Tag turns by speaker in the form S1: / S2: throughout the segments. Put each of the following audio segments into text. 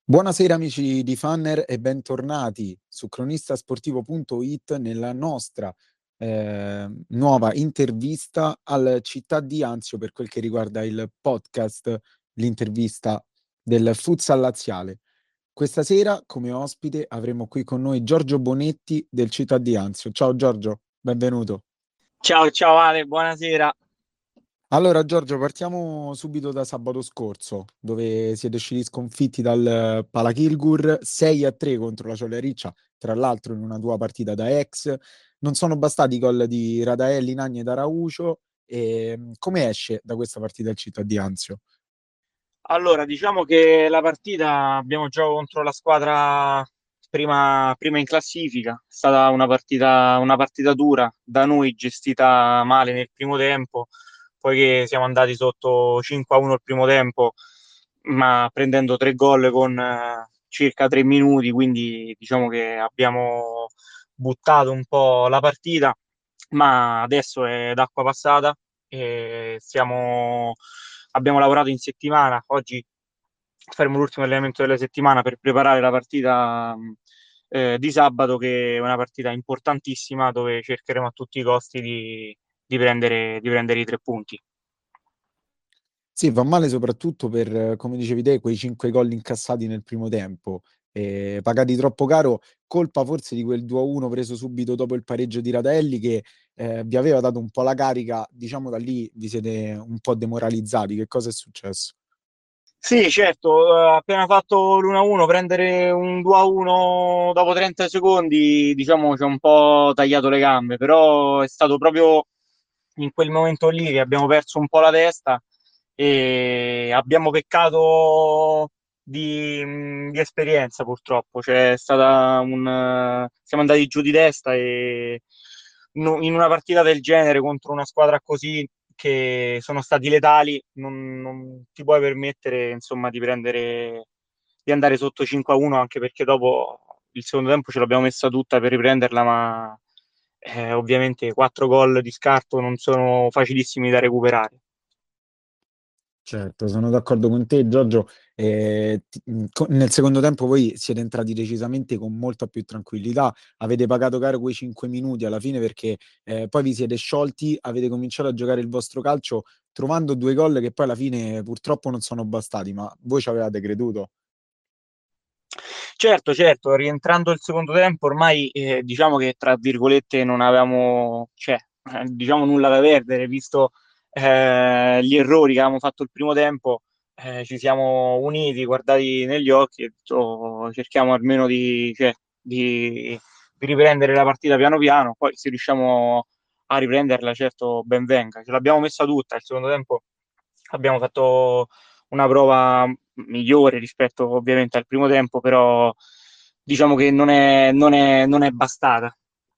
S1: Buonasera amici di Fanner e bentornati su cronistasportivo.it nella nostra nuova intervista al Città di Anzio per quel che riguarda il podcast, l'intervista del futsal laziale. Questa sera come ospite avremo qui con noi Giorgio Bonetti del Città di Anzio. Ciao Giorgio, benvenuto.
S2: Ciao, ciao Ale, buonasera.
S1: Allora, Giorgio, partiamo subito da sabato scorso, dove siete usciti sconfitti dal Palakilgur 6-3 contro la Cioliericcia, tra l'altro in una tua partita da ex. Non sono bastati i gol di Radaelli, Nagni ed Araujo. Come esce da questa partita il Città di Anzio?
S2: Allora, diciamo che la partita abbiamo giocato contro la squadra prima in classifica. È stata una partita dura, da noi gestita male nel primo tempo, poiché siamo andati sotto 5-1 il primo tempo, ma prendendo tre gol con circa 3 minuti, quindi diciamo che abbiamo buttato un po' la partita, ma adesso è d'acqua passata e abbiamo lavorato in settimana. Oggi faremo l'ultimo allenamento della settimana per preparare la partita di sabato, che è una partita importantissima dove cercheremo a tutti i costi di prendere i 3 punti.
S1: Sì, va male soprattutto per, come dicevi te, quei 5 gol incassati nel primo tempo, pagati troppo caro, colpa forse di quel 2-1 preso subito dopo il pareggio di Radaelli che vi aveva dato un po' la carica, diciamo da lì vi siete un po' demoralizzati. Che cosa è successo?
S2: Sì, certo, appena fatto l'1-1, prendere un 2-1 dopo 30 secondi, diciamo, ci ha un po' tagliato le gambe, però è stato proprio in quel momento lì che abbiamo perso un po' la testa e abbiamo peccato di esperienza, purtroppo. Siamo andati giù di testa e in una partita del genere contro una squadra così, che sono stati letali, non ti puoi permettere, insomma, di andare sotto 5-1, anche perché dopo il secondo tempo ce l'abbiamo messa tutta per riprenderla, ma ovviamente 4 gol di scarto non sono facilissimi da recuperare.
S1: Certo, sono d'accordo con te, Giorgio. Nel secondo tempo voi siete entrati decisamente con molta più tranquillità, avete pagato caro quei 5 minuti alla fine perché poi vi siete sciolti, avete cominciato a giocare il vostro calcio trovando 2 gol che poi alla fine purtroppo non sono bastati, ma voi ci avevate creduto.
S2: Certo, certo, rientrando il secondo tempo ormai diciamo che tra virgolette non avevamo, cioè, diciamo nulla da perdere, visto gli errori che avevamo fatto il primo tempo. Ci siamo uniti, guardati negli occhi e detto, cerchiamo almeno di riprendere la partita piano piano, poi se riusciamo a riprenderla, certo, ben venga. Ce l'abbiamo messa tutta, il secondo tempo abbiamo fatto una prova migliore rispetto ovviamente al primo tempo, però diciamo che non è bastata.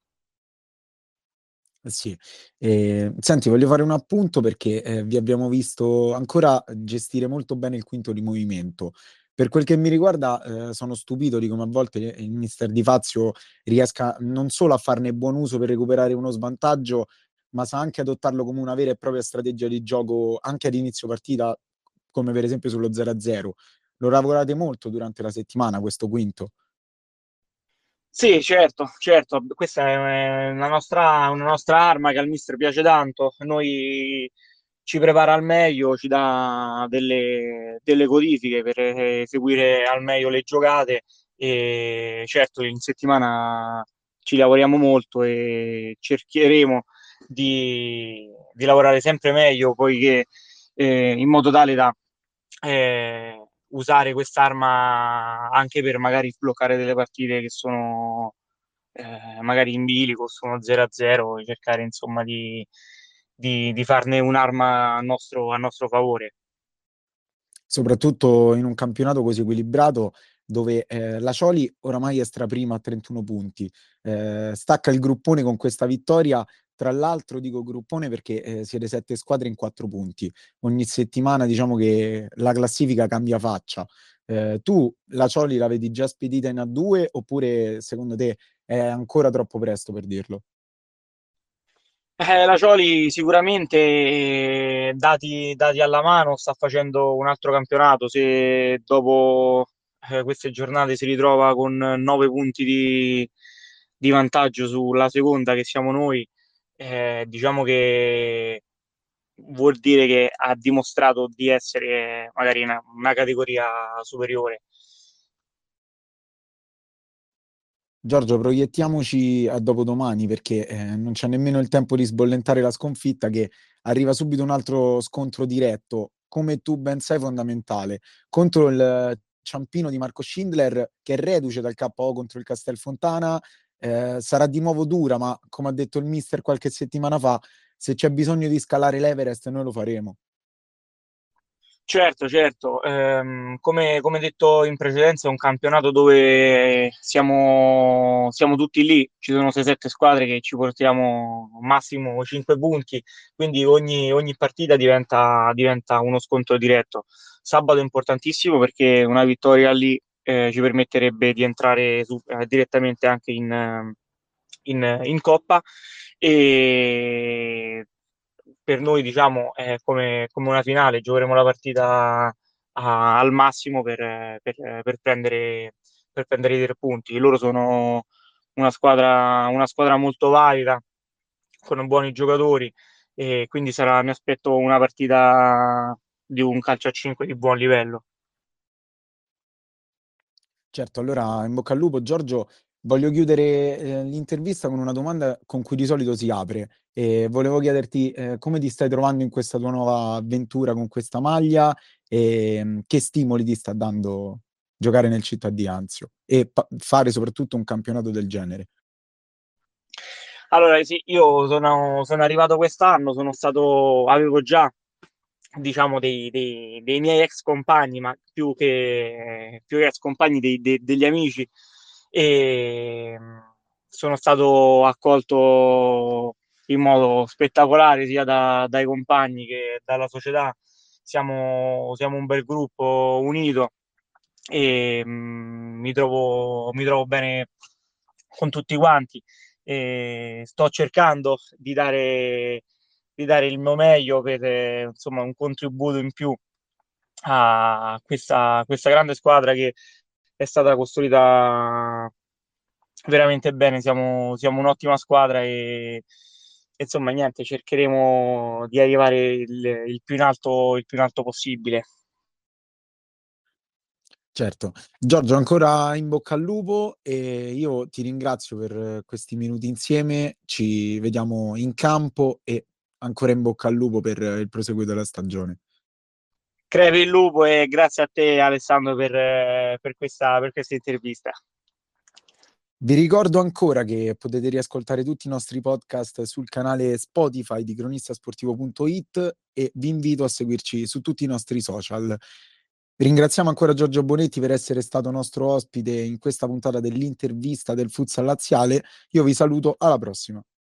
S1: Sì. Senti, voglio fare un appunto perché vi abbiamo visto ancora gestire molto bene il quinto di movimento. Per quel che mi riguarda, sono stupito di come a volte il mister Di Fazio riesca non solo a farne buon uso per recuperare uno svantaggio, ma sa anche adottarlo come una vera e propria strategia di gioco anche ad inizio partita, come per esempio sullo 0-0. Lo lavorate molto durante la settimana, questo quinto?
S2: Sì, certo, certo, questa è una nostra arma che al mister piace tanto. Noi ci prepara al meglio, ci dà delle codifiche per eseguire al meglio le giocate e certo in settimana ci lavoriamo molto e cercheremo di lavorare sempre meglio, poiché in modo tale da usare quest'arma anche per magari sbloccare delle partite che sono magari in bilico, sono 0-0, e cercare insomma di farne un'arma a nostro favore.
S1: Soprattutto in un campionato così equilibrato dove la Cioli oramai è straprima a 31 punti. Stacca il gruppone con questa vittoria. Tra l'altro dico gruppone perché siete 7 squadre in 4 punti. Ogni settimana diciamo che la classifica cambia faccia. Tu la Cioli la vedi già spedita in A2 oppure secondo te è ancora troppo presto per dirlo?
S2: La Cioli sicuramente, dati alla mano, sta facendo un altro campionato. Se dopo queste giornate si ritrova con 9 punti di vantaggio sulla seconda, che siamo noi. Diciamo che vuol dire che ha dimostrato di essere magari una categoria superiore.
S1: Giorgio, proiettiamoci a dopodomani perché non c'è nemmeno il tempo di sbollentare la sconfitta che arriva subito un altro scontro diretto, come tu ben sai fondamentale, contro il Ciampino di Marco Schindler che è reduce dal KO contro il Castelfontana. Sarà di nuovo dura, ma come ha detto il mister qualche settimana fa, se c'è bisogno di scalare l'Everest noi lo faremo.
S2: Certo, certo. Come detto in precedenza, è un campionato dove siamo tutti lì, ci sono 6-7 squadre che ci portiamo massimo 5 punti, quindi ogni partita diventa uno scontro diretto. Sabato è importantissimo perché una vittoria lì ci permetterebbe di entrare direttamente anche in Coppa, e per noi, diciamo, è come una finale, giocheremo la partita al massimo per prendere i 3 punti. Loro sono una squadra molto valida, con buoni giocatori, e quindi mi aspetto una partita di un calcio a 5 di buon livello.
S1: Certo, allora in bocca al lupo. Giorgio, voglio chiudere l'intervista con una domanda con cui di solito si apre e volevo chiederti come ti stai trovando in questa tua nuova avventura con questa maglia e che stimoli ti sta dando giocare nel Città di Anzio e fare soprattutto un campionato del genere.
S2: Allora, sì, io sono arrivato quest'anno, avevo già, diciamo, dei miei ex compagni, ma più che ex compagni, degli amici, e sono stato accolto in modo spettacolare sia dai compagni che dalla società. Siamo un bel gruppo unito, e mi trovo bene con tutti quanti, e sto cercando di dare il mio meglio per, insomma, un contributo in più a questa grande squadra che è stata costruita veramente bene. Siamo un'ottima squadra, e insomma, niente, cercheremo di arrivare il più in alto possibile.
S1: Certo. Giorgio, ancora in bocca al lupo e io ti ringrazio per questi minuti insieme. Ci vediamo in campo e ancora in bocca al lupo per il proseguo della stagione.
S2: Crepi il lupo, e grazie a te, Alessandro, per questa intervista.
S1: Vi ricordo ancora che potete riascoltare tutti i nostri podcast sul canale Spotify di cronistasportivo.it e vi invito a seguirci su tutti i nostri social. Ringraziamo ancora Giorgio Bonetti per essere stato nostro ospite in questa puntata dell'intervista del Futsal Laziale. Io vi saluto, alla prossima.